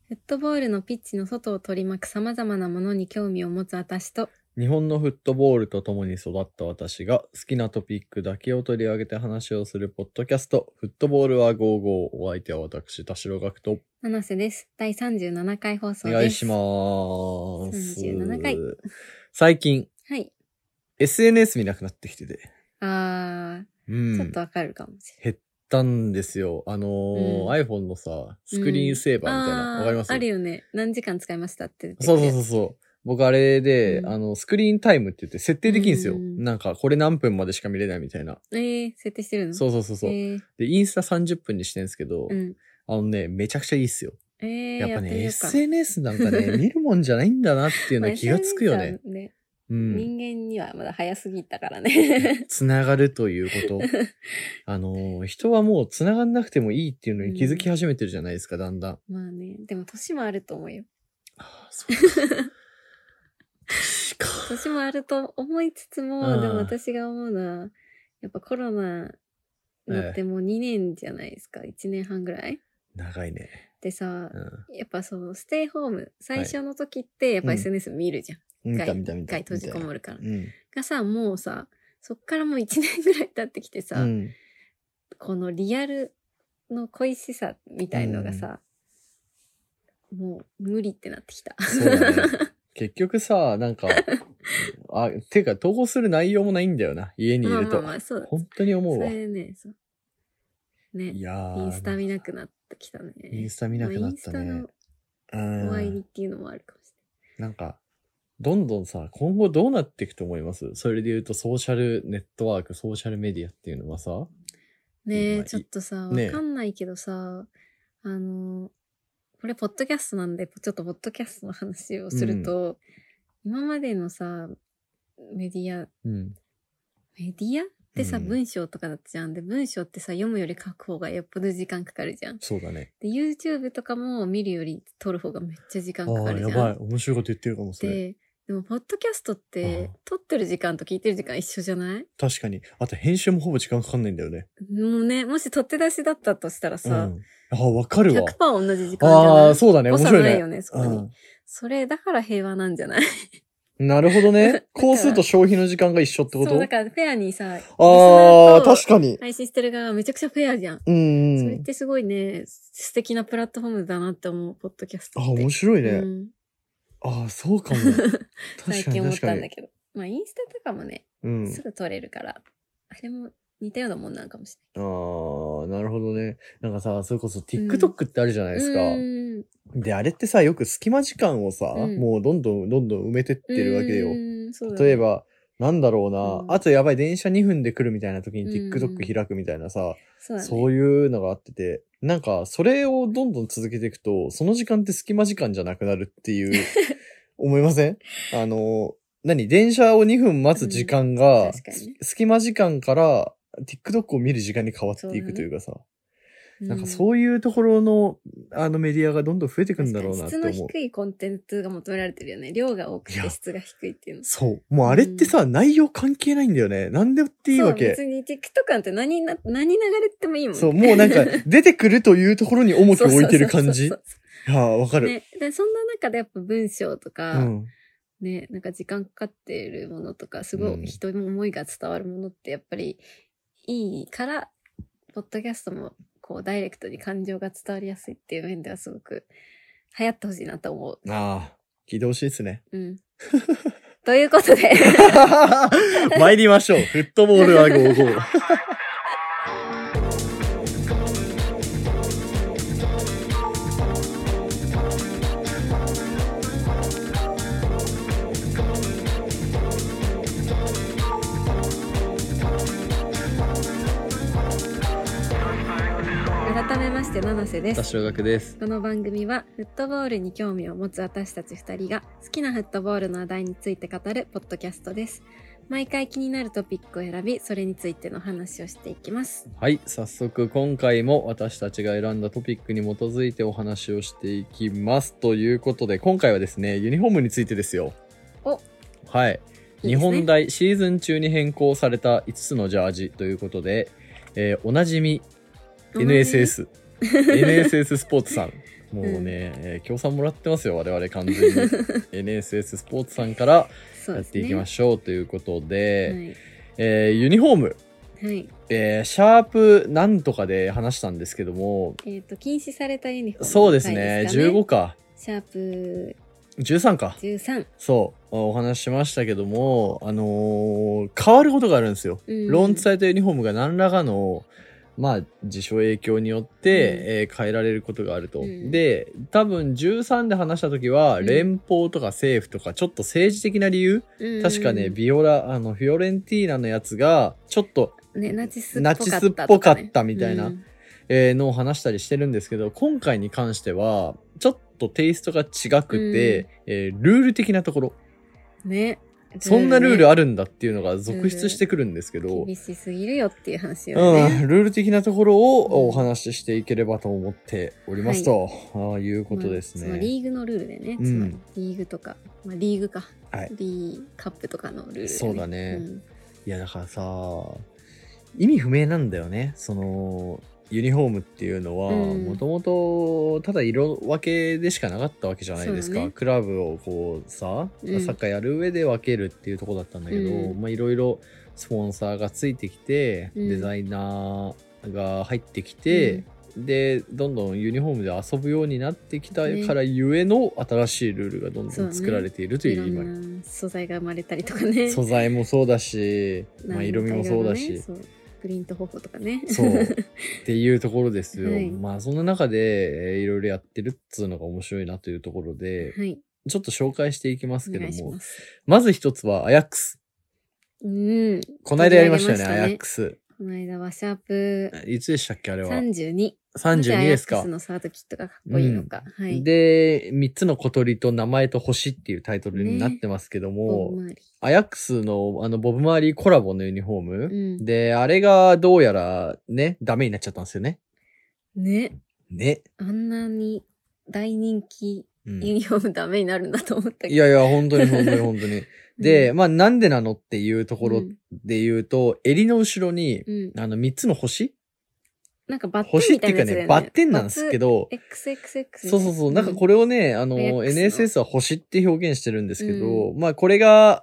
フットボールのピッチの外を取り巻く様々なものに興味を持つ私と、 日本のフットボールと共に育った私が好きなトピックだけを取り上げて話をするポッドキャスト、フットボールは55。お相手は私、田代学と。 七瀬です。第37回放送です。 お願いしまーす。 37回。 最近、 はい。 SNS 見なくなってきてて。 ちょっとわかるかもしれない。 減ったんですよ。iPhone のさ、スクリーンセーバーみたいな、わかります？ あるよね。何時間使いましたって。 そう。僕あれで、スクリーンタイムって言って設定できるんですよ。なんか、これ何分までしか見れないみたいな。 設定してるの？ そう。で、インスタ30分にしてんすけど、めちゃくちゃいいっすよ。やっぱね、SNS なんかね、見るもんじゃないんだなっていうのは気がつくよね。 人間にはまだ早すぎたからね。 つながるということ。人はもうつながんなくてもいいっていうのに気づき始めてるじゃないですか、だんだん。 まあね、でも年もあると思うよ。 そうか。 年もあると思いつつも、でも私が思うのは、やっぱコロナなってもう2年じゃないですか。1年半ぐらい長いね。 でさ、やっぱそのステイホーム、最初の時ってやっぱ SNS 見るじゃん。一回閉じこもるから。がさ、もうさ、そっからもう1年ぐらい経ってきてさ、このリアルの恋しさみたいのがさ、もう無理ってなってきた。 そうだね。結局さ、なんか、てか投稿する内容もないんだよな、家にいると。 そうだ。 本当に思うわ。 それね、そう。ね。インスタ見なくなってきたね。 インスタ見なくなったね。インスタの終わりっていうのもあるかもしれない。なんか、どんどんさ、今後どうなっていくと思います？それで言うとソーシャルネットワーク、ソーシャルメディアっていうのはさ。 ねえ、ちょっとさ、わかんないけどさ、これポッドキャストなんで、ちょっとポッドキャストの話をすると、今までのさ、メディアってさ、文章とかだったじゃん。で、文章ってさ、読むより書く方がよっぽど時間かかるじゃん。 そうだね。 で、YouTube とかも見るより撮る方がめっちゃ時間かかるじゃん。 やばい。面白いこと言ってるかもしれない。 でも、ポッドキャストって、撮ってる時間と聞いてる時間一緒じゃない？ 確かに。あと、編集もほぼ時間かかんないんだよね。 もうね、もし撮って出しだったとしたらさ、 わかるわ。 100% 同じ時間じゃない？ そうだね。面白いね。 ないよね、そこに。それ、だから平和なんじゃない？ なるほどね。工数と消費の時間が一緒ってこと？ そう、だからフェアにさ、 確かに。 配信してる側はめちゃくちゃフェアじゃん。それってすごいね、素敵なプラットフォームだなって思う、ポッドキャストって。 面白いね。そうかも。 最近思ったんだけど。まあ、インスタとかもね、すぐ撮れるから、あれも似たようなもんなんかもしれない。 なるほどね。なんかさ、それこそ TikTok ってあるじゃないですか。で、あれってさ、よく隙間時間をさ、もうどんどん埋めてってるわけよ。例えば、なんだろうな、あとやばい電車2分で来るみたいな時に TikTok 開くみたいなさ、そういうのがあってて、なんか、それをどんどん続けていくと、その時間って隙間時間じゃなくなるっていう、思いません？電車を2分待つ時間が、隙間時間から TikTok を見る時間に変わっていくというかさ、なんかそういうところの、メディアがどんどん増えてくんだろうなって思う。 質の低いコンテンツが求められてるよね。量が多くて質が低いっていうの。 そう。もうあれってさ、内容関係ないんだよね。なんでっていいわけ。 別に TikTok なんて何流れてもいいもんね。 そう、もうなんか、出てくるというところに重きを置いてる感じ。わかる。 ね。で、そんな中でやっぱ文章とか、ね、なんか時間かかってるものとか、すごい人の思いが伝わるものってやっぱりいいから、ポッドキャストもこうダイレクトに感情が伝わりやすいっていう面ではすごく流行ってほしいなと思う。 聞いてほしいですね。 ということで参りましょう。フットボールは55。 改めまして七瀬です。 田代学です。 この番組はフットボールに興味を持つ私たち2人が好きなフットボールの話題について語るポッドキャストです。毎回気になるトピックを選び、それについての話をしていきます。 はい、早速今回も私たちが選んだトピックに基づいてお話をしていきます。ということで、今回はですね、ユニフォームについてですよ。はい。日本大シーズン中に変更された5つのジャージということで、おなじみNSS スポーツさんもうね、協賛もらってますよ、我々完全に。NSS スポーツさんからやっていきましょうということで、ユニフォーム。はい。シャープなんとかで話したんですけども。 禁止されたユニフォーム、 そうですね、15か。 シャープ 13か。 13。 そう、お話ししましたけども、変わることがあるんですよ。ローンチされたユニフォームが何らかの、まあ、自主影響によって、変えられることがあると。で、多分13で話した時は、連邦とか政府とか、ちょっと政治的な理由、確かね、フィオレンティーナのやつが、ちょっと、 ね、ナチスっぽかったみたいな、のを話したりしてるんですけど、今回に関しては、ちょっとテイストが違くて、ルール的なところ。 ね。 そんなルールあるんだっていうのが続出してくるんですけど。 厳しすぎるよっていう話よね。 ルール的なところをお話ししていければと思っておりますと、いうことですね。 そのリーグのルールでね。つまりリーグとか、リーグか。はい。カップとかのルールで、ね。 そうだね。いやだからさ、意味不明なんだよね。その、ユニフォームっていうのは、もともとただ色分けでしかなかったわけじゃないですか。クラブをこうさ、サッカーやる上で分けるっていうところだったんだけど、まあいろいろスポンサーがついてきて、デザイナーが入ってきて、で、どんどんユニフォームで遊ぶようになってきたからゆえの新しいルールがどんどん作られているという今。 素材が生まれたりとかね。 素材もそうだし、まあ色味もそうだし。 プリント方法とかね。 そう。っていうところですよ。まあその中でいろいろやってるっつうのが面白いなというところで、ちょっと紹介していきますけども、まず一つはアヤックス。この間やりましたよね、アヤックス。 この間はシャープ。 いつでしたっけあれは。 32。 32ですか。 アヤックスのサードキットがかっこいいのか。 で、3つの小鳥と名前と星っていうタイトルになってますけども、アヤックスのボブ・マーリーコラボのユニフォーム、で、あれがどうやらね、ダメになっちゃったんですよね。ね。 あんなに大人気ユニフォームダメになるんだと思ったけど。 いやいや、本当に。で、まあなんでなのっていうところで言うと、襟の後ろに、3つの星なんかバッテンみたいなやつだよね。 星っていうかね、バッテンなんですけど、 XXX。 そう。なんかこれをね、NSS は星って表現してるんですけど、まあこれが、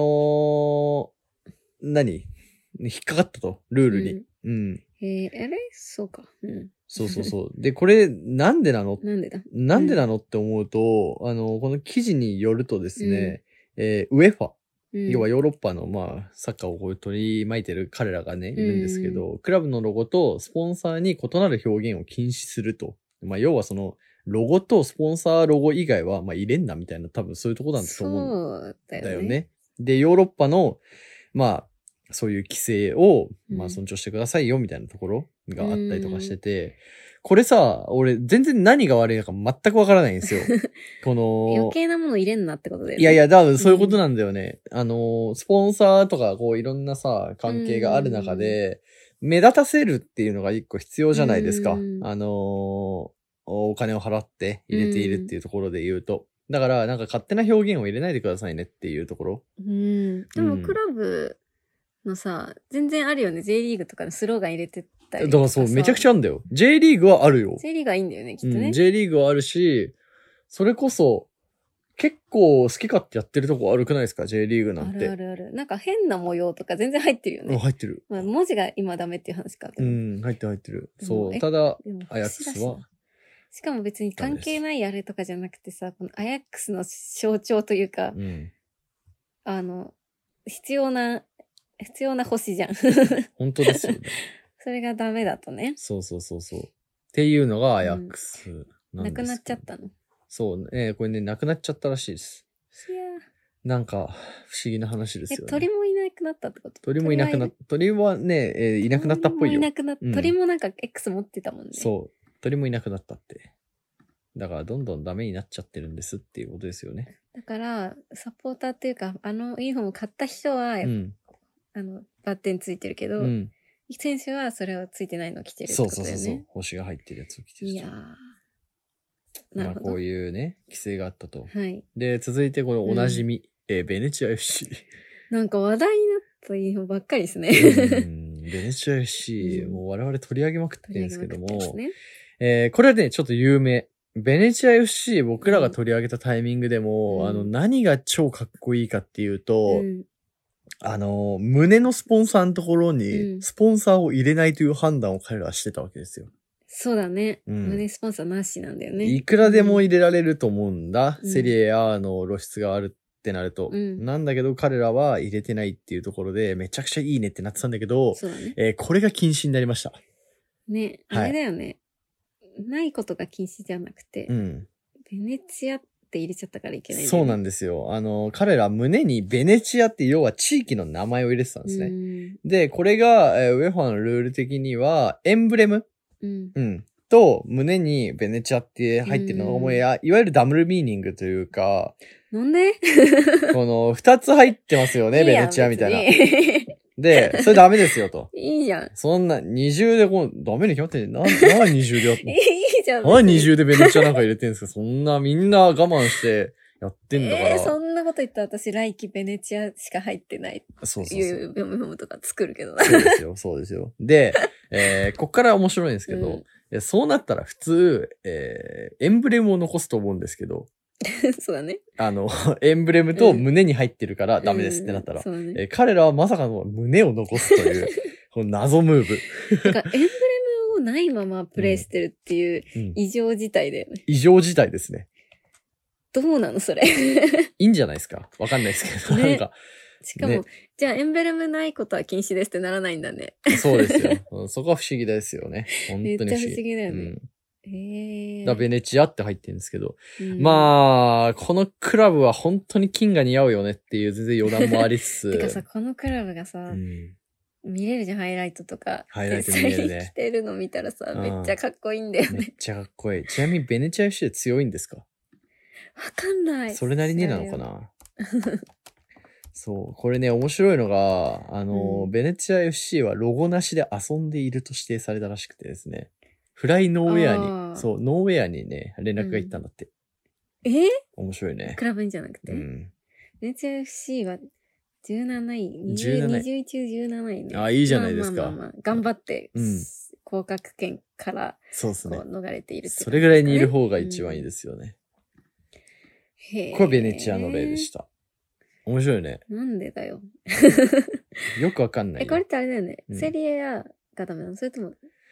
引っかかったと、ルールに。 あれそうか。 そう。で、これ、なんでなのなんでなのって思うと、この記事によるとですね、ウエファ。要はヨーロッパの、まあ、サッカーをこう取り巻いてる彼らがね、いるんですけど、クラブのロゴとスポンサーに異なる表現を禁止すると。まあ、要はその、ロゴとスポンサーロゴ以外は、まあ、入れんなみたいな、多分そういうとこなんだと思うんだよね。で、ヨーロッパの、まあ、そういう規制を、まあ、尊重してくださいよ、みたいなところがあったりとかしてて、これさ、俺全然何が悪いのか全くわからないんですよ。この。 余計なもの入れんなってことだよね。 いや、多分そういうことなんだよね。スポンサーとか、こういろんなさ、関係がある中で、目立たせるっていうのが一個必要じゃないですか。お金を払って入れているっていうところで言うと。だから、なんか勝手な表現を入れないでくださいねっていうところ。 でも、クラブのさ、全然あるよね。J リーグとかのスローガン入れてたりとか。 だからそう、めちゃくちゃあるんだよ。J リーグはあるよ。 J リーグはいいんだよね、きっとね。 J リーグはあるし、それこそ、結構好き勝手やってるとこ悪くないですか ?J リーグなんて。 ある。なんか変な模様とか全然入ってるよね。 入ってる。 まあ、文字が今ダメっていう話か。 入ってる。そう。ただ、アヤックスは。 しかも別に関係ないあれとかじゃなくてさ、このアヤックスの象徴というか、必要な星じゃん。 本当ですよね。 それがダメだとね。 そう。っていうのがアヤックスなんです。 なくなっちゃったの。 そうね。これね、なくなっちゃったらしいです。 いやなんか、不思議な話ですよね。 鳥もいなくなったってこと？ 鳥はね、いなくなったっぽいよ。 鳥もなんか X 持ってたもんね。 そう。鳥もいなくなったって。だから、どんどんダメになっちゃってるんですっていうことですよね。 だから、サポーターっていうか、ユニフォーム買った人は、バッテンついてるけど、選手はそれをついてないのを着てるってことだよね。そう。 星が入ってるやつを着てる。 いやー。 まあ、こういうね、規制があったと。 はい。 で、続いてこのおなじみ、ベネチア FC。 なんか話題になったユニフォームばっかりですね。 ベネチア FC、もう我々取り上げまくってるんですけども、これはね、ちょっと有名。 ベネチア FC 僕らが取り上げたタイミングでも、何が超かっこいいかっていうと、胸のスポンサーのところに、スポンサーを入れないという判断を彼らはしてたわけですよ。 そうだね。胸スポンサーなしなんだよね。 いくらでも入れられると思うんだ。セリエ A の露出があるってなると。なんだけど彼らは入れてないっていうところで、めちゃくちゃいいねってなってたんだけど、 そうだね。 これが禁止になりました。 ね、あれだよね。ないことが禁止じゃなくて、ベネチアって入れちゃったからいけないんだよね。 そうなんですよ。彼ら胸にベネチアって要は地域の名前を入れてたんですね。で、これが、ウェファのルール的には、エンブレム、と、胸にベネチアって入ってるのがいわゆるダブルミーニングというか、 なんでこの、二つ入ってますよね、ベネチアみたいな。で、それダメですよと。 いいじゃん。 そんな、二重でダメに決まってんねん。なん二重でやってんのいいじゃん。 二重でベネチアなんか入れてんすかそんな、みんな我慢してやってんだから。 そんなこと言ったら私、来季ベネチアしか入ってない。 そういう読み物とか作るけどな。 そうですよ、そうですよ。で、こっから面白いんですけど、そうなったら普通、エンブレムを残すと思うんですけど、 そうだね。 エンブレムと胸に入ってるからダメですってなったら、彼らはまさかの胸を残すという、この謎ムーブ。 エンブレムをないままプレイしてるっていう異常事態だよね。 異常事態ですね。 どうなのそれ。 いいんじゃないですかわかんないですけど、なんか。 しかも、じゃあエンブレムないことは禁止ですってならないんだね。 そうですよ。そこは不思議ですよね。本当に不思議。 めっちゃ不思議だよね。 ベネチアって入ってるんですけど、まあ、このクラブは本当に金が似合うよねっていう全然余談もありつつ。 てかさ、このクラブがさ、見れるじゃん、ハイライトとか。 ハイライト見れるね。 着てるの見たらさ、めっちゃかっこいいんだよね。 めっちゃかっこいい。ちなみにベネチア FC で強いんですか？ わかんない。 それなりになのかなそう。これね、面白いのが、ベネチア FC はロゴなしで遊んでいると指定されたらしくてですね。フライノーウェアに、そう、ノーウェアにね、連絡が行ったんだって。面白いね。 クラブにじゃなくて。ベネチア FC は17位。20中17位ね。 いいじゃないですか。 まあ頑張って、降格圏から、 そうですね。 逃れているって、 それぐらいにいる方が一番いいですよね。これはベネチアの例でした。面白いね。 なんでだよ。 よくわかんない。 これってあれだよね。セリエ A がダメなの？それとも、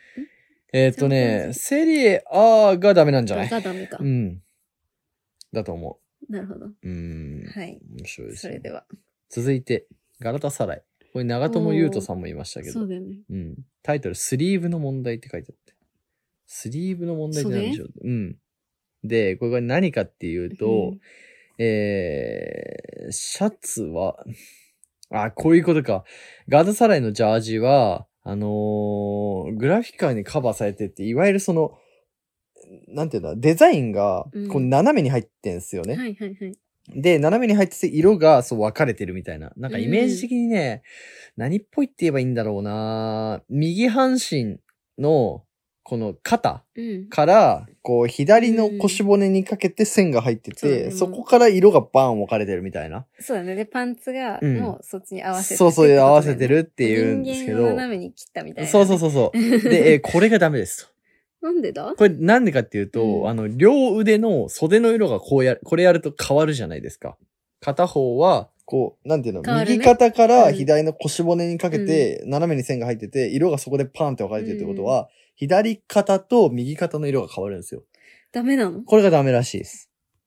セリエ A がダメなんじゃない？ がダメか。 だと思う。なるほど。はい。 面白いです。 それでは。 続いて、ガラタサライ。これ長友佑都さんも言いましたけど。 そうだよね。 タイトル、スリーブの問題って書いてあって。スリーブの問題って何でしょう？で、これが何かっていうと、シャツは、こういうことか。ガードサライのジャージは、グラフィカーにカバーされてて、いわゆるその、なんていうんだ、デザインが、こう斜めに入ってんすよね。 はいはいはい。 で、斜めに入ってて、色がそう分かれてるみたいな。なんかイメージ的にね、何っぽいって言えばいいんだろうな。右半身の、この肩から、こう、左の腰骨にかけて線が入ってて、そこから色がバーン分かれてるみたいな。 そうだね。で、パンツが、もうそっちに合わせてる。 そう、合わせてるっていうんですけど。 人間を斜めに切ったみたいな。 そう。で、これがダメですと。 なんでだ？ これなんでかっていうと、両腕の袖の色がこれやると変わるじゃないですか。片方は、こう、なんていうの、右肩から左の腰骨にかけて、斜めに線が入ってて、色がそこでパーンって分かれてるってことは、左肩と右肩の色が変わるんですよ。 ダメなの？ これがダメらしいです。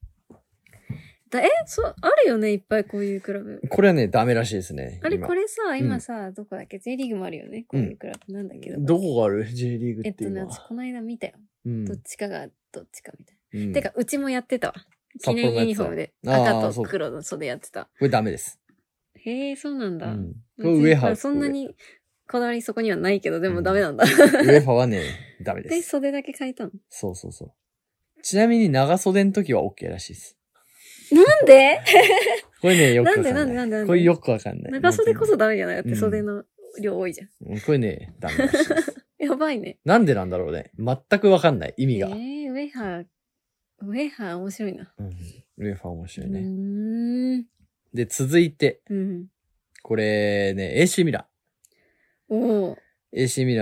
あるよね、いっぱいこういうクラブ。 これはね、ダメらしいですね。 これさ、今さ、どこだっけ？ J リーグもあるよね、こういうクラブ。なんだっけど。 どこがある？ J リーグっていうのは。 この間見たよ。どっちかがどっちかみたいな。てか、うちもやってたわ。記念ユニフォームで赤と黒の袖やってた。 これダメです。 へえ、そうなんだ。これウェハー。 そんなにこだわりそこにはないけど、でもダメなんだ。 ウェファはね、ダメです。 で、袖だけ変えたの？ そう。ちなみに長袖の時は OK らしいです。 なんで？ これね、よくわかんない。 なんでこれよくわかんない。 長袖こそダメじゃない？だって袖の量多いじゃん。 これね、ダメらしいです。 やばいね。 なんでなんだろうね。全くわかんない。意味が。 ウェハー面白いな。 ウェファー面白いね。で、続いて。これね、AC ミラン。AC ミラン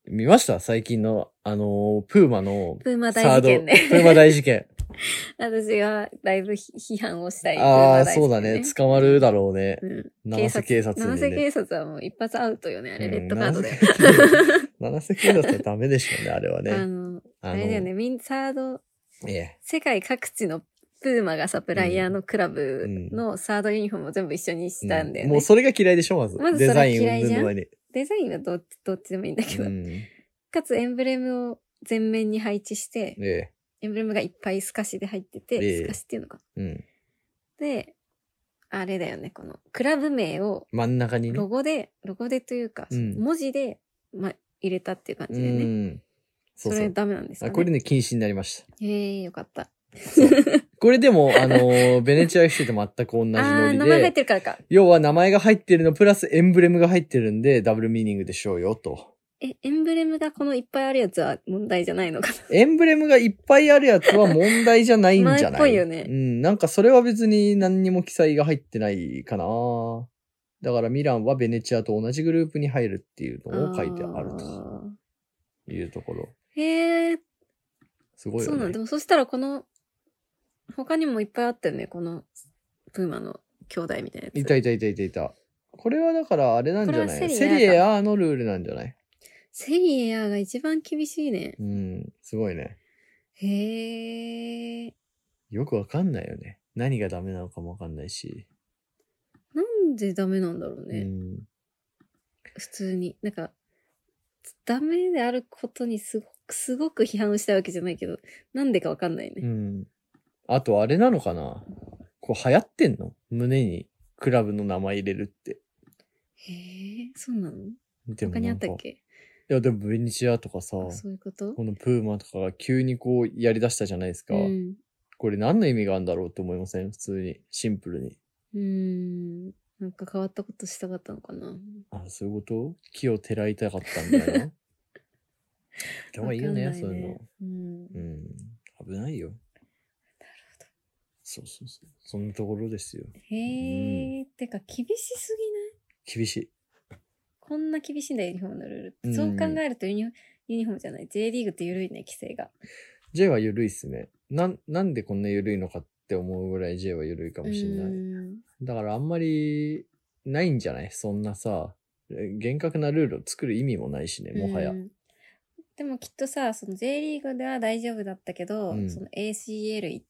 見ました最近の、プーマの。 プーマ大事件ね。 プーマ大事件。 私がだいぶ批判をしたい。 ああ、そうだね。捕まるだろうね。 七瀬警察にね。 七瀬警察はもう一発アウトよね。あれ、レッドカードで。 七瀬警察はダメでしょうね、あれはね。 あれだよね。サード、世界各地のプーマがサプライヤーのクラブのサードユニフォームを全部一緒にしたんだよね。 もうそれが嫌いでしょ、まず。 まずそれ嫌いじゃん。デザインはどっちでもいいんだけど。かつエンブレムを全面に配置して、エンブレムがいっぱい透かしで入ってて、透かしっていうのか。で、あれだよね、このクラブ名を真ん中にね。 ロゴでというか、文字で、入れたっていう感じでね。それダメなんですかね。 これね、禁止になりました。 よかった。 これでも、ベネチア FC と全く同じノリで。 名前入ってるからか。 要は名前が入ってるのプラスエンブレムが入ってるんで、ダブルミーニングでしょうよ、と。 エンブレムがこのいっぱいあるやつは問題じゃないのかな。 エンブレムがいっぱいあるやつは問題じゃないんじゃない？ 前っぽいよね。 なんかそれは別に何にも記載が入ってないかな。だからミランはベネチアと同じグループに入るっていうのを書いてあるというところ。 へー。 すごいよね。 そうなん。でもそしたらこの、他にもいっぱいあったよね、この、プーマの兄弟みたいなやつ。 いた。これはだからあれなんじゃない？セリエ A のルールなんじゃない？ セリエ A が一番厳しいね。 すごいね。 へー。 よくわかんないよね。何がダメなのかもわかんないし。 なんでダメなんだろうね。普通に。なんか、ダメであることにすごく批判をしたわけじゃないけど、なんでかわかんないね。 あとあれなのかな？こう流行ってんの？胸にクラブの名前入れるって。 へえ、そうなの？他にあったっけ？ いや、でもベニチアとかさ、 そういうこと？ このプーマとかが急にこうやり出したじゃないですか。これ何の意味があるんだろうって思いません？普通に。シンプルに。 なんか変わったことしたかったのかな。 そういうこと？木をてらいたかったんだよな。でもいいよね、そういうの。危ないよ。なるほど。そう。そんなところですよ。 へー。てか、厳しすぎない？ 厳しい。 こんな厳しいんだ、ユニフォームのルールって。そう考えるとユニフォームじゃない。J リーグって緩いね、規制が。 J は緩いっすね。なんでこんな緩いのかって思うぐらい J は緩いかもしれない。だからあんまりないんじゃない？そんなさ、厳格なルールを作る意味もないしね、もはや。 でもきっとさ、その J リーグでは大丈夫だったけど、その ACL 行って、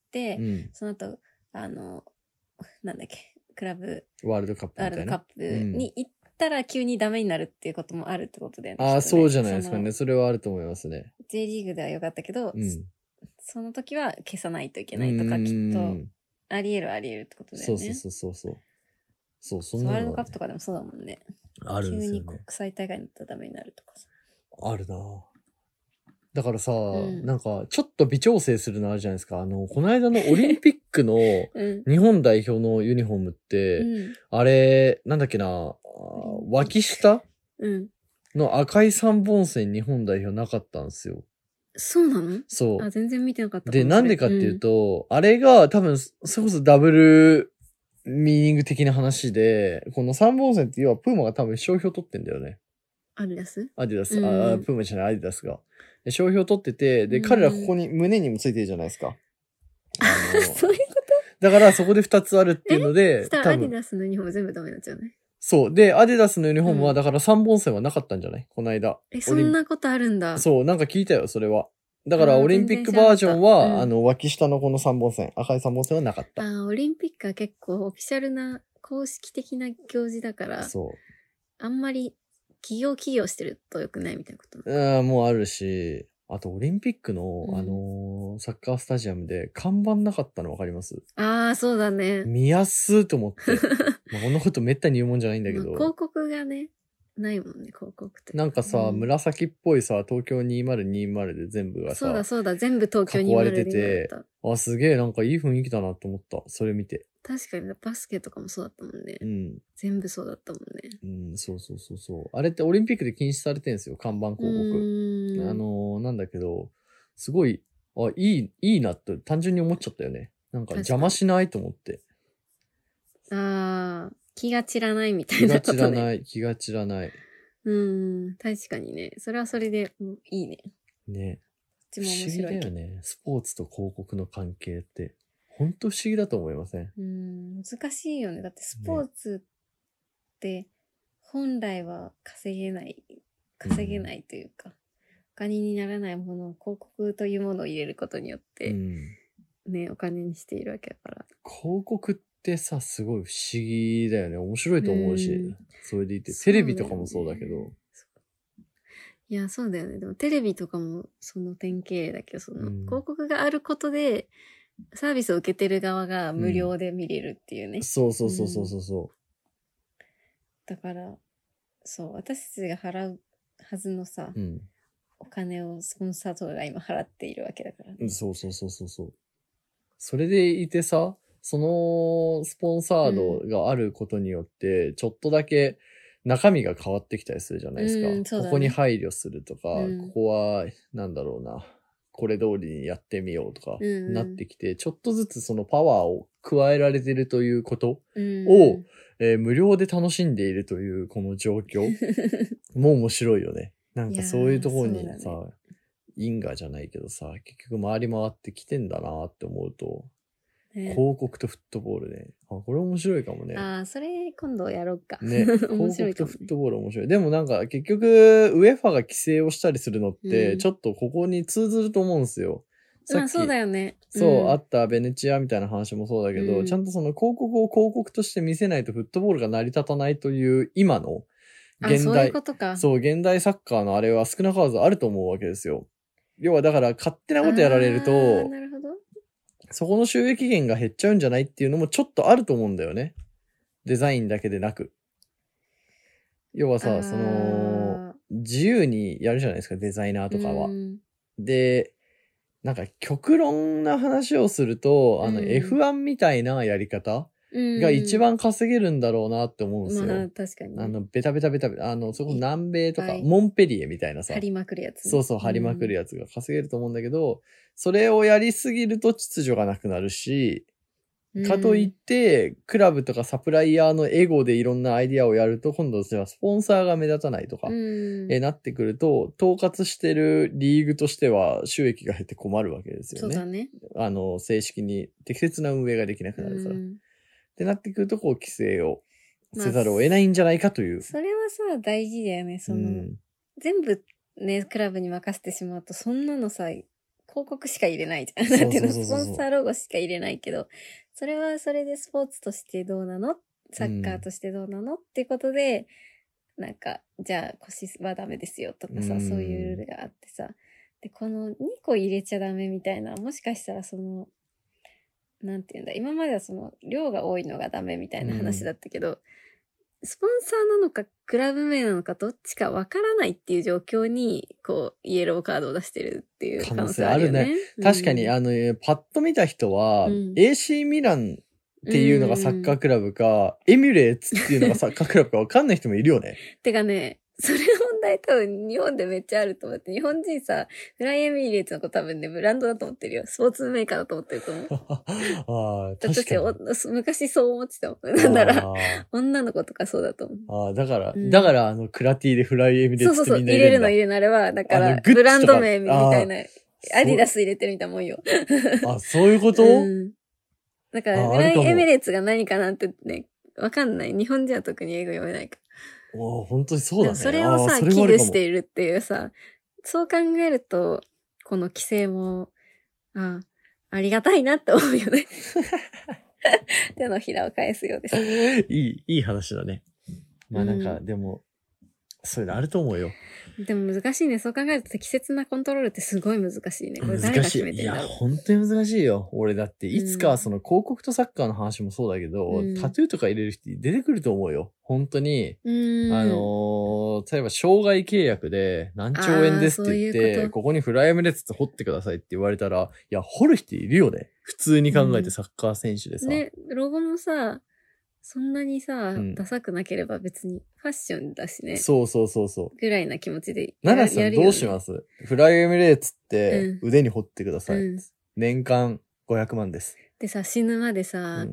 その後、なんだっけ、クラブ、 ワールドカップみたいな。 ワールドカップに行ったら急にダメになるっていうこともあるってことだよね。 そうじゃないですかね。それはあると思いますね。 J リーグでは良かったけど、その時は消さないといけないとか、きっと、あり得るってことだよね。 そう、 そんなの、ね。ワールドカップとかでもそうだもんね。 あるんですよね。 急に国際大会になったらダメになるとかさ。 あるなぁ。だからさ、なんか、ちょっと微調整するのあるじゃないですか。この間のオリンピックの日本代表のユニフォームって、あれ、なんだっけな、脇下の赤い3本線日本代表なかったんですよ。 そうなの？ そう。 全然見てなかった。 で、なんでかっていうと、あれが多分、それこそダブルミーニング的な話で、この3本線って要はプーマが多分商標取ってんだよね。 アディダス？ プーマじゃない、アディダスが。商標取ってて、で、彼らここに胸にもついてるじゃないですか。 そういうこと？ だからそこで2つあるっていうので、 したらアディダスのユニフォーム全部ダメになっちゃうね。 そう。で、アディダスのユニフォームはだから3本線はなかったんじゃない？この間。 そんなことあるんだ。 そう、なんか聞いたよ、それは。だからオリンピックバージョンは、脇下のこの3本線、赤い3本線はなかった。 オリンピックは結構オフィシャルな公式的な行事だから、そう。あんまり企業してると良くないみたいなこともうあるし、あとオリンピックの、サッカースタジアムで看板なかったの分かります？ そうだね。 見やすーと思って。こんなことめったに言うもんじゃないんだけど。 広告がね、ないもんね、広告って。 なんかさ、紫っぽいさ、東京2020で全部がさ、 そうだ、全部東京2020 囲われてて、すげえなんかいい雰囲気だなと思った。それ見て。 確かに、バスケとかもそうだったもんね。全部そうだったもんね。そう。あれってオリンピックで禁止されてるんですよ、看板広告。なんだけど、すごい、いいなって単純に思っちゃったよね。なんか邪魔しないと思って。 気が散らないみたいなことね。 気が散らない。 確かにね。それはそれで、いいね。 ね。 不思議だよね。スポーツと広告の関係って。本当不思議だと思いません？ 難しいよね。だってスポーツって本来は稼げないというか、お金にならないものを広告というものを入れることによって、ね、お金にしているわけだから。 広告ってさ、すごい不思議だよね。面白いと思うし、それでいて、テレビとかもそうだけど。 いや、そうだよね。でもテレビとかもその典型だけど、その広告があることで、サービスを受けてる側が無料で見れるっていうね。 そう。 だから、そう、私たちが払うはずのさ、お金をスポンサーとかが今払っているわけだからね。 そう。それでいてさ、そのスポンサードがあることによって、ちょっとだけ中身が変わってきたりするじゃないですか。ここに配慮するとか、ここは、なんだろうな、これ通りにやってみようとか、なってきて、ちょっとずつそのパワーを加えられてるということを、無料で楽しんでいるというこの状況も面白いよね。なんかそういうところにさ、因果じゃないけどさ、結局回り回ってきてんだなって思うと、広告とフットボールね。これ面白いかもね。 それ今度やろうか。 ね。広告とフットボール面白い。でもなんか結局、ウエファが規制をしたりするのって、ちょっとここに通ずると思うんですよ。 さっき、そうだよね。 あったベネチアみたいな話もそうだけど、ちゃんとその広告を広告として見せないとフットボールが成り立たないという今の現代、現代サッカーのあれは少なからずあると思うわけですよ。要はだから勝手なことやられると、 なるほど。 そこの収益源が減っちゃうんじゃないっていうのもちょっとあると思うんだよね。デザインだけでなく。要はさ、その、自由にやるじゃないですか、デザイナーとかは。で、なんか極論な話をすると、F1 みたいなやり方が一番稼げるんだろうなって思うんですよ。 まあ、確かに。 ベタベタ、そこ南米とか、モンペリエみたいなさ。 張りまくるやつ、 そう、張りまくるやつが稼げると思うんだけど、それをやりすぎると秩序がなくなるし、かといって、クラブとかサプライヤーのエゴでいろんなアイディアをやると、今度はスポンサーが目立たないとか、なってくると、統括してるリーグとしては収益が減って困るわけですよね。 そうだね。 正式に適切な運営ができなくなるから。ってなってくると、規制をせざるを得ないんじゃないかという。 それはさ、大事だよね。全部ね、クラブに任せてしまうと、そんなのさ、広告しか入れないじゃん。なんていうの、スポンサーロゴしか入れないけど、それはそれでスポーツとしてどうなの？サッカーとしてどうなの？っていうことで、なんか、じゃあ腰はダメですよとかさ、そういうルールがあってさ。で、この2個入れちゃダメみたいな、もしかしたらその、なんていうんだ、今まではその、量が多いのがダメみたいな話だったけど、スポンサーなのか、クラブ名なのか、どっちかわからないっていう状況に、こう、イエローカードを出してるっていう可能性あるよね。あるね。 確かに、パッと見た人は、AC ミランっていうのがサッカークラブか、エミュレーツっていうのがサッカークラブかわかんない人もいるよね。 てかね、それ問題多分日本でめっちゃあると思って、日本人さ、フライエミレーツの子多分ね、ブランドだと思ってるよ。スポーツメーカーだと思ってると思う。確かに。昔そう思ってたもん。なんなら、女の子とかそうだと思う。 だからクラティでフライエミレーツってみんな入れるのあれは、だから、ブランド名みたいな、アディダス入れてるみたいなもんよ。 そういうこと？ だから、フライエミレーツが何かなんてね、わかんない。日本人は特に英語読めないから。 本当にそうだね。 それをさ、危惧しているっていうさ、そう考えると、この規制も、ありがたいなって思うよね。手のひらを返すようです。 いい話だね。まあなんか、でも、そういうのあると思うよ。 でも難しいね。そう考えると適切なコントロールってすごい難しいね。これ誰が決めてるんだろう。 いや、本当に難しいよ。俺だって、いつかその広告とサッカーの話もそうだけど、タトゥーとか入れる人出てくると思うよ。本当に。例えば、障害契約で何兆円ですって言って、ここにフライエムレッツ掘ってくださいって言われたら、いや、掘る人いるよね。普通に考えてサッカー選手でさ。 ね、ロゴもさ、そんなにさ、ダサくなければ別にファッションだしね。 そう。 ぐらいな気持ちでやるよね。奈良さんどうします？フライエミレーツって腕に彫ってください。年間500万です。 でさ、死ぬまでさ、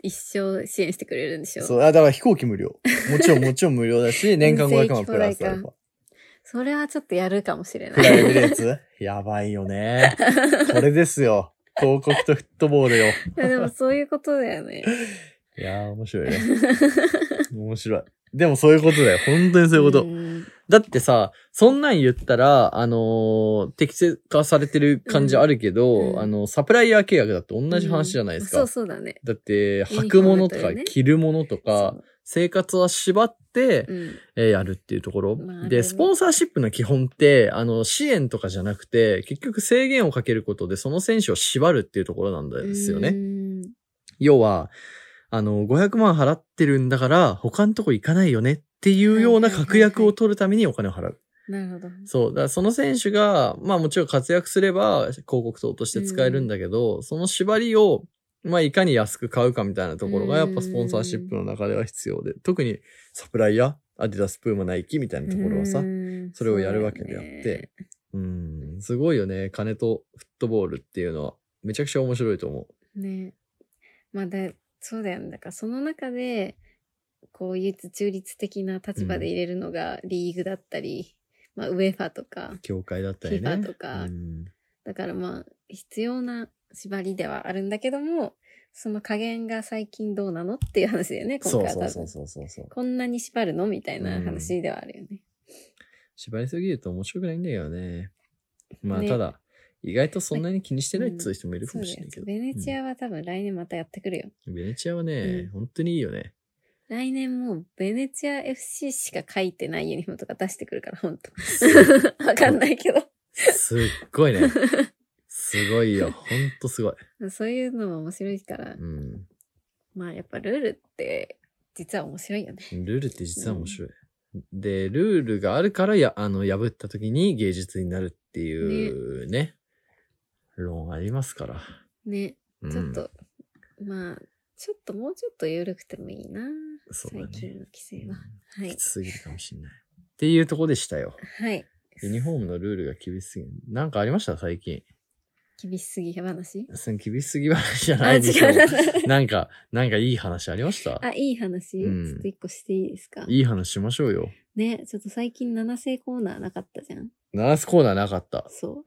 一生支援してくれるんでしょ？ そう、だから飛行機無料。もちろん無料だし、年間500万プラスあれば。 それはちょっとやるかもしれない。 フライエミレーツやばいよね。これですよ。広告とフットボールよ。 いや、でもそういうことだよね。 いやー、面白いね。面白い。でもそういうことだよ。本当にそういうこと。だってさ、そんなん言ったら、適正化されてる感じあるけど、サプライヤー契約だって同じ話じゃないですか。 そうだね。 だって、履くものとか着るものとか、生活は縛って、やるっていうところ。で、スポンサーシップの基本って、支援とかじゃなくて、結局制限をかけることでその選手を縛るっていうところなんですよね。要は、500万払ってるんだから、他のとこ行かないよねっていうような確約を取るためにお金を払う。 なるほど。 そう。だからその選手が、まあもちろん活躍すれば広告塔として使えるんだけど、その縛りを、まあいかに安く買うかみたいなところがやっぱスポンサーシップの中では必要で、特にサプライヤー、アディダス、プーマ、ナイキみたいなところはさ、それをやるわけであって、すごいよね。金とフットボールっていうのはめちゃくちゃ面白いと思う。 ね。まあそうだよね。だからその中で、こういう中立的な立場で入れるのがリーグだったり、まあウェファとか、 協会だったりね。 FIFAとか、だからまあ必要な縛りではあるんだけども、その加減が最近どうなのっていう話だよね、今回は多分。そう。こんなに縛るのみたいな話ではあるよね。 縛りすぎると面白くないんだよね。まあただ、意外とそんなに気にしてないっていう人もいるかもしれないけど。 ベネチアは多分来年またやってくるよ。 ベネチアはね、本当にいいよね。 来年もうベネチア FC しか書いてないユニフォームとか出してくるから、ほんと。わかんないけど。 すっごいね。すごいよ。ほんとすごい。 そういうのも面白いから。まあやっぱルールって実は面白いよね。 ルールって実は面白い。で、ルールがあるから破った時に芸術になるっていうね。論ありますから。 ね。ちょっと、まあ、もうちょっと緩くてもいいな。そうだね。最近の規制は。はい。 きつすぎるかもしれない。っていうとこでしたよ。 はい。 ユニフォームのルールが厳しすぎる。なんかありました最近。 厳しすぎ話？ 厳しすぎ話じゃないでしょ。なんかいい話ありました？ いい話、ちょっと一個していいですか？ いい話しましょうよ。 ね、ちょっと最近7世コーナーなかったじゃん。 7世コーナーなかった。 そう。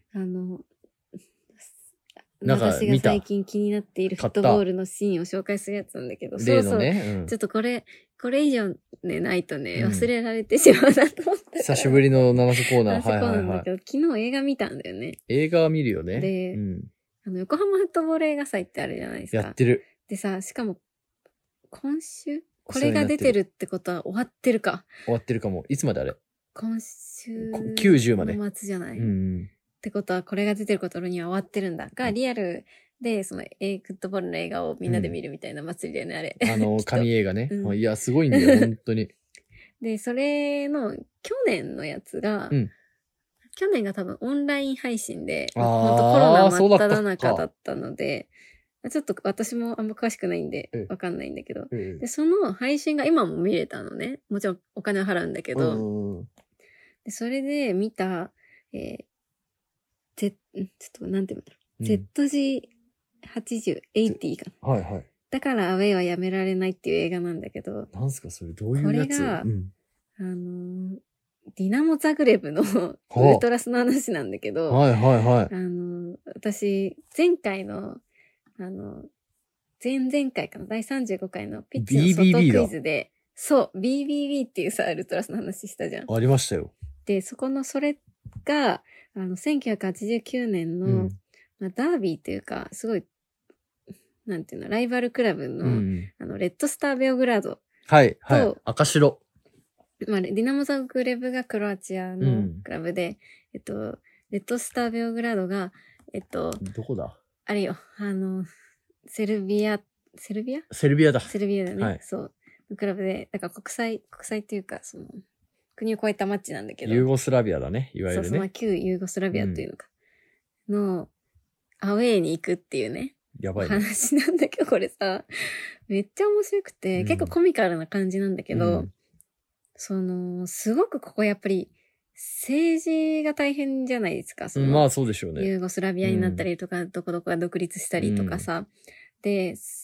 なんか私が最近気になっているフットボールのシーンを紹介するやつなんだけど、 例のね、 ちょっとこれ以上ね、ないとね、忘れられてしまうなと思った久しぶりの7世コーナー。 7世コーナーなんだけど、昨日映画見たんだよね。 映画は見るよね。 で、横浜フットボール映画祭ってあるじゃないですか。 やってる。 でさ、しかも、今週これが出てるってことは終わってるか。 終わってるかも。いつまであれ？ 今週 90まで。 の末じゃない。ってことは、これが出てることには終わってるんだが、リアルで、フットボールの映画をみんなで見るみたいな祭りだよね、あれ。 神映画ね。いや、すごいんだよ、本当に。 で、それの、去年のやつが、去年が多分オンライン配信で、本当コロナ真っ只中だったので、ちょっと私もあんま詳しくないんで、わかんないんだけど、で、その配信が今も見れたのね。もちろんお金は払うんだけど、でそれで見た、ちょっとなんて言うんだろう。ZG80、80かな。 はいはい。 だからアウェイはやめられないっていう映画なんだけど。 なんすかそれどういうやつ？ これが、ディナモザグレブのウルトラスの話なんだけど。私、前回の、前々回かな、第35回のピッチの外クイズで、そう、BBB っていうさ、ウルトラスの話したじゃん。 ありましたよ。 で、それが、1989年の、ダービーっていうか、すごい、なんていうの、ライバルクラブの、レッドスターベオグラード。 はい、はい。赤白。 まあ、ディナモザグレブがクロアチアのクラブで、レッドスターベオグラードが、 どこだ？ あれよ、セルビアだ。 セルビアだね。はい、そう。クラブで、だから国際っていうか、国を越えたマッチなんだけど。 ユーゴスラビアだね、いわゆるね。 そう、旧ユーゴスラビアっていうのか。の、アウェイに行くっていうね。 やばいね。 話なんだけど、これさ、めっちゃ面白くて、結構コミカルな感じなんだけど、すごくここやっぱり、政治が大変じゃないですか。 まあそうでしょうね。 ユーゴスラビアになったりとか、どこどこが独立したりとかさ。で、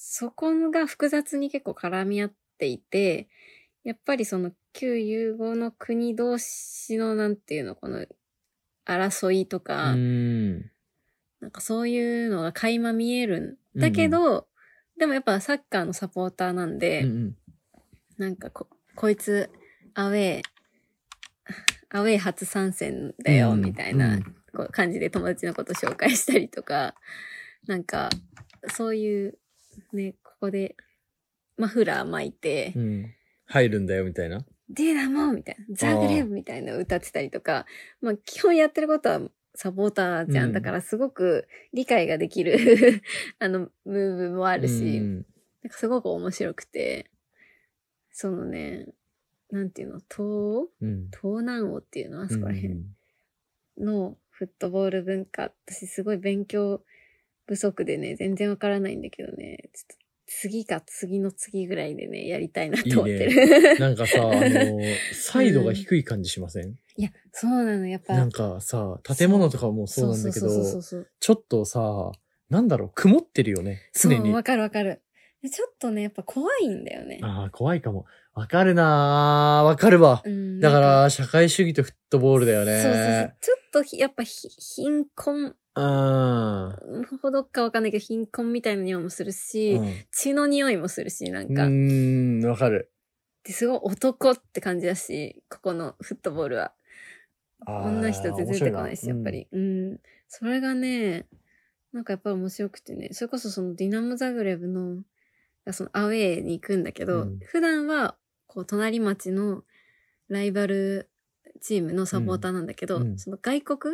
そこが複雑に結構絡み合っていて、やっぱりその旧融合の国同士のなんていうの、この争いとか、なんかそういうのが垣間見えるんだけど、でもやっぱサッカーのサポーターなんで、なんかこいつアウェー初参戦だよみたいなこう感じで友達のこと紹介したりとか、なんかそういうね、ここでマフラー巻いて、 入るんだよみたいな。 ディナモみたいな、ザグレブみたいなのを歌ってたりとか、まあ基本やってることはサポーターじゃん。だからすごく理解ができるムーブもあるし、なんかすごく面白くて、そのね、なんていうの、東南欧っていうのはそこら辺のフットボール文化、私すごい勉強不足でね、全然わからないんだけどね、ちょっと次か次の次ぐらいでね、やりたいなと思ってる。 いいね、なんかさ、サイドが低い感じしません？ いや、そうなの、やっぱ。 なんかさ、建物とかもそうなんだけど、ちょっとさ、なんだろう、曇ってるよね、常に。 そう、わかるわかる。ちょっとね、やっぱ怖いんだよね。 ああ、怖いかも。わかるなー。わかるわ。だから、社会主義とフットボールだよね。 そう。ちょっと、やっぱ、貧困。ほどっかわかんないけど、貧困みたいな匂いもするし、血の匂いもするし、なんか。 わかる。 すごい男って感じだし、ここのフットボールは。女人全然出てこないし、やっぱり。それがね、なんかやっぱり面白くてね、それこそそのディナモザグレブの、そのアウェーに行くんだけど、普段は、こう、隣町のライバルチームのサポーターなんだけど、その外国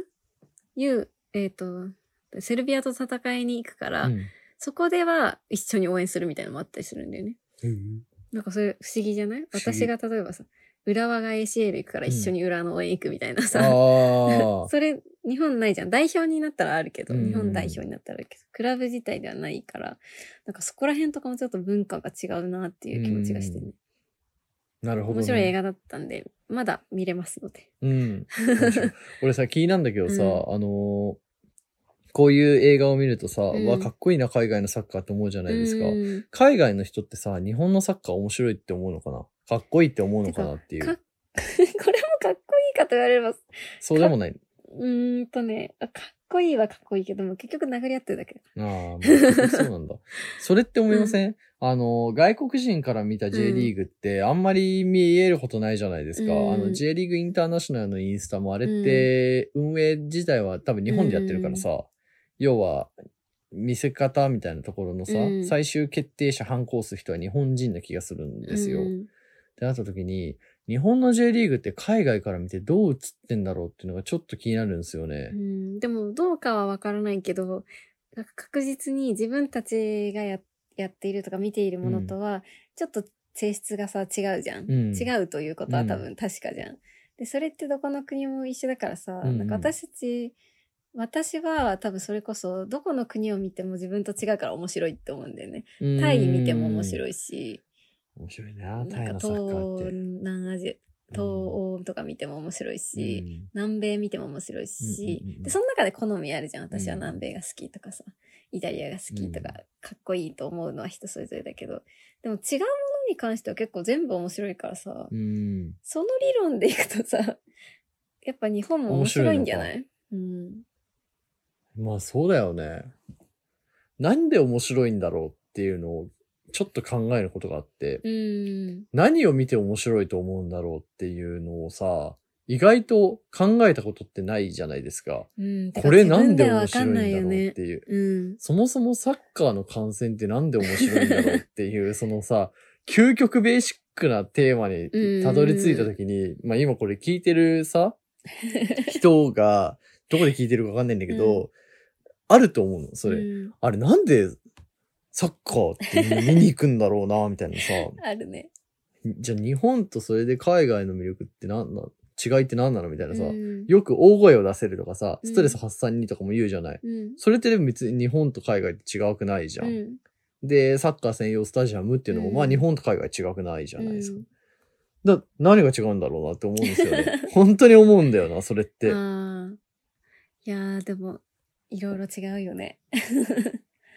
セルビアと戦いに行くから、そこでは一緒に応援するみたいなのもあったりするんだよね。なんかそれ不思議じゃない？私が例えばさ、浦和が ACL 行くから一緒に浦和の応援行くみたいなさ、それ日本ないじゃん。代表になったらあるけど、日本代表になったらあるけど、クラブ自体ではないから、なんかそこら辺とかもちょっと文化が違うなっていう気持ちがしてね。 なるほど、ね。 面白い映画だったんで、まだ見れますので。 俺さ、気になんだけどさ、こういう映画を見るとさ、わ、かっこいいな、海外のサッカーって思うじゃないですか。海外の人ってさ、日本のサッカー面白いって思うのかな？かっこいいって思うのかなっていう。これもかっこいいかと言われます。 そうでもない。 かっこいいはかっこいいけども、結局殴り合ってるだけ。 そうなんだ。それって思いません？外国人から見た J リーグってあんまり見えることないじゃないですか。J リーグインターナショナルのインスタもあれって、運営自体は多分日本でやってるからさ、要は、見せ方みたいなところのさ、最終決定者反抗する人は日本人な気がするんですよ。ってなった時に、日本の J リーグって海外から見てどう映ってんだろうっていうのがちょっと気になるんですよね。 でもどうかはわからないけど、確実に自分たちがやっているとか見ているものとは、ちょっと性質がさ、違うじゃん。違うということは多分確かじゃん。で、それってどこの国も一緒だからさ、なんか私は多分それこそどこの国を見ても自分と違うから面白いって思うんだよね。タイ見ても面白いし。 面白いな、タイのサッカーって。 南アジア、東欧とか見ても面白いし、南米見ても面白いし、で、その中で好みあるじゃん。私は南米が好きとかさ、イタリアが好きとか、かっこいいと思うのは人それぞれだけど、でも違うものに関しては結構全部面白いからさ、その理論でいくとさ、やっぱ日本も面白いんじゃない？ まあそうだよね。なんで面白いんだろうっていうのをちょっと考えることがあって、何を見て面白いと思うんだろうっていうのをさ、意外と考えたことってないじゃないですか。これなんで面白いんだろうっていう。そもそもサッカーの観戦ってなんで面白いんだろうっていう、そのさ、究極ベーシックなテーマにたどり着いたときに、まあ今これ聞いてるさ、人がどこで聞いてるかわかんないんだけど、あると思うの、それ。あれなんでサッカーって見に行くんだろうな、みたいなさ。 あるね。 じゃあ日本とそれで海外の魅力って違いって何なのみたいなさ、よく大声を出せるとかさ、ストレス発散にとかも言うじゃない。それってでも別に日本と海外って違くないじゃん。で、サッカー専用スタジアムっていうのも、まあ日本と海外違くないじゃないですか。何が違うんだろうなって思うんですよね。本当に思うんだよな、それって。いやー、でも、いろいろ違うよね。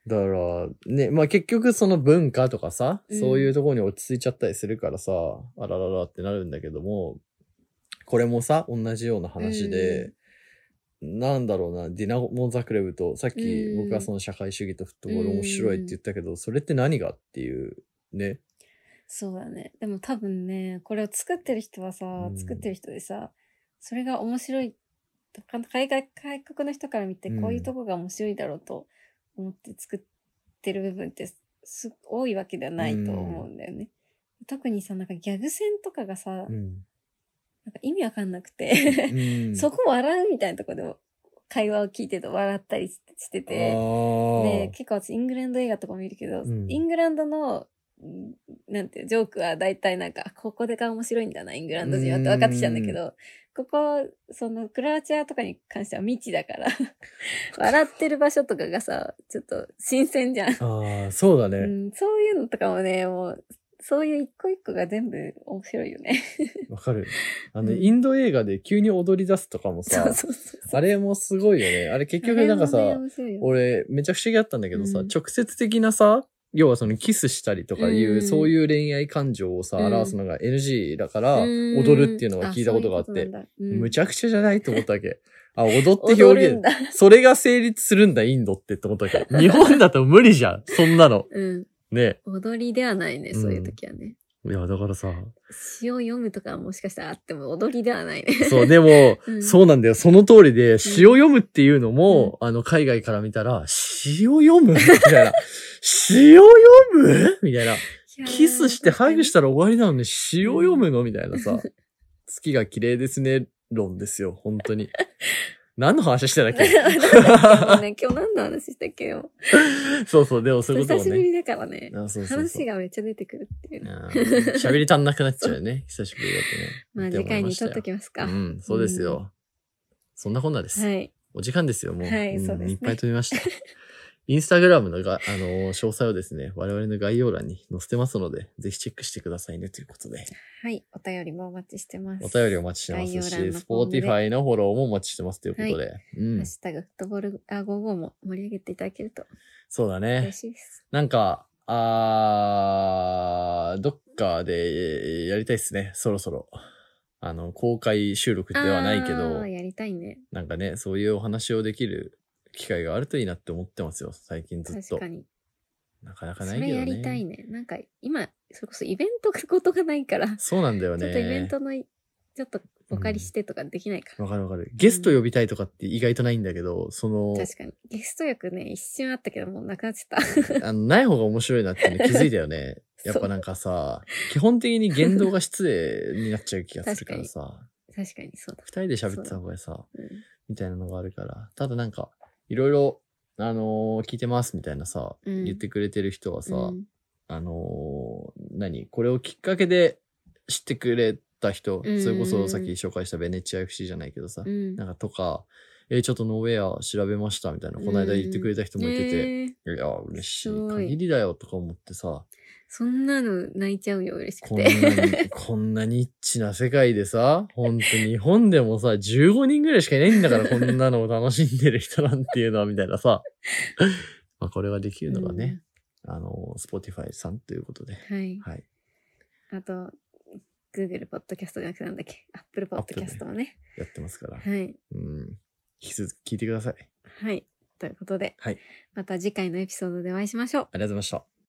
だから、ね、まあ結局その文化とかさ、そういうところに落ち着いちゃったりするからさ、あらららってなるんだけども、これもさ、同じような話で、なんだろうな、ディナモ・ザクレブと、さっき僕がその社会主義とフットボール面白いって言ったけど、それって何がっていうね。 そうだね。でも多分ね、これを作ってる人はさ、作ってる人でさ、それが面白い、外国の人から見てこういうとこが面白いだろうと思って作ってる部分って多いわけではないと思うんだよね。特にさ、なんかギャグ戦とかがさ、なんか意味わかんなくてそこ笑うみたいなとこでも会話を聞いてると笑ったりしてて、で、結構私イングランド映画とかも見るけど、イングランドのなんていうジョークは大体なんか、ここでが面白いんだな、イングランド人はって分かってきたんだけど、ここ、そのクロアチアとかに関しては未知だから笑ってる場所とかがさ、ちょっと新鮮じゃん。 ああ、そうだね、 そういうのとかもね、もう、そういう一個一個が全部面白いよね。 わかる。インド映画で急に踊り出すとかもさ、あれもすごいよね。あれ結局なんかさ、俺めっちゃ不思議だったんだけどさ、直接的なさ、要はそのキスしたりとかいう、そういう恋愛感情をさ、表すのが NG だから、踊るっていうのは聞いたことがあって、むちゃくちゃじゃないと思ったわけ。あ、踊って表現。それが成立するんだ、インドって思ったわけ。日本だと無理じゃん、そんなの。ね。 踊りではないね、そういう時はね。 いや、だからさ。 詩を読むとかもしかしたらあっても踊りではないね。 そう、でも、そうなんだよ。その通りで、詩を読むっていうのも、海外から見たら、詩を読むみたいな。詩を読むみたいな。キスしてハグしたら終わりなのに詩を読むのみたいなさ。月が綺麗ですね、論ですよ、本当に。何の話してたっけ今日何の話したっけよ。 そうそう、でもそういうこともね。 久しぶりだからね。 そう話がめっちゃ出てくるっていう。 喋り足んなくなっちゃうよね。久しぶりだとね。 まあ次回に撮っときますか。 そうですよ。そんなこんなです。 はい。 お時間ですよ、もう。 はい、そうですね。 いっぱい撮りました。インスタグラムの詳細をですね、我々の概要欄に載せてますので、ぜひチェックしてくださいねということで。 はい。お便りもお待ちしてます。 お便りお待ちしてますし、Spotify のフォローもお待ちしてますということで。ハッシュタグフットボール55も盛り上げていただけると。 そうだね。 嬉しいです。 なんか、どっかでやりたいですね、そろそろ。公開収録ではないけど。 やりたいね。 なんかね、そういうお話をできる機会があるといいなって思ってますよ、最近ずっと。 確かに。 なかなかないけどね。 それやりたいね。なんか今、それこそイベントことがないから。 そうなんだよね。 ちょっとイベントの、ちょっとお借りしてとかできないから。わかるわかる。ゲスト呼びたいとかって意外とないんだけど、 確かに。ゲスト役ね、一瞬あったけどもうなくなっちゃった。 ない方が面白いなって気づいたよね。やっぱなんかさ、基本的に言動が失礼になっちゃう気がするからさ。 確かにそうだ。 二人で喋ってた方がさ、みたいなのがあるから。ただなんか、いろいろ、聞いてますみたいなさ、言ってくれてる人はさ、これをきっかけで知ってくれた人、それこそさっき紹介したベネチア FC じゃないけどさ、なんかとか、ちょっとノーウェア調べましたみたいな、この間言ってくれた人もいてて、いや、嬉しい限りだよとか思ってさ、 そんなの泣いちゃうよ、嬉しくて。 こんなニッチな世界でさ、ほんと日本でもさ、15人ぐらいしかいないんだから、こんなのを楽しんでる人なんていうのは、みたいなさ。まあこれができるのがね、Spotify さんということで。 はい。はい。あと、Google ポッドキャストじゃなくてなんだっけ Apple ポッドキャストもね。 やってますから。 はい。 引き続き聞いてください。 はい。ということで。 はい。 また次回のエピソードでお会いしましょう。 ありがとうございました。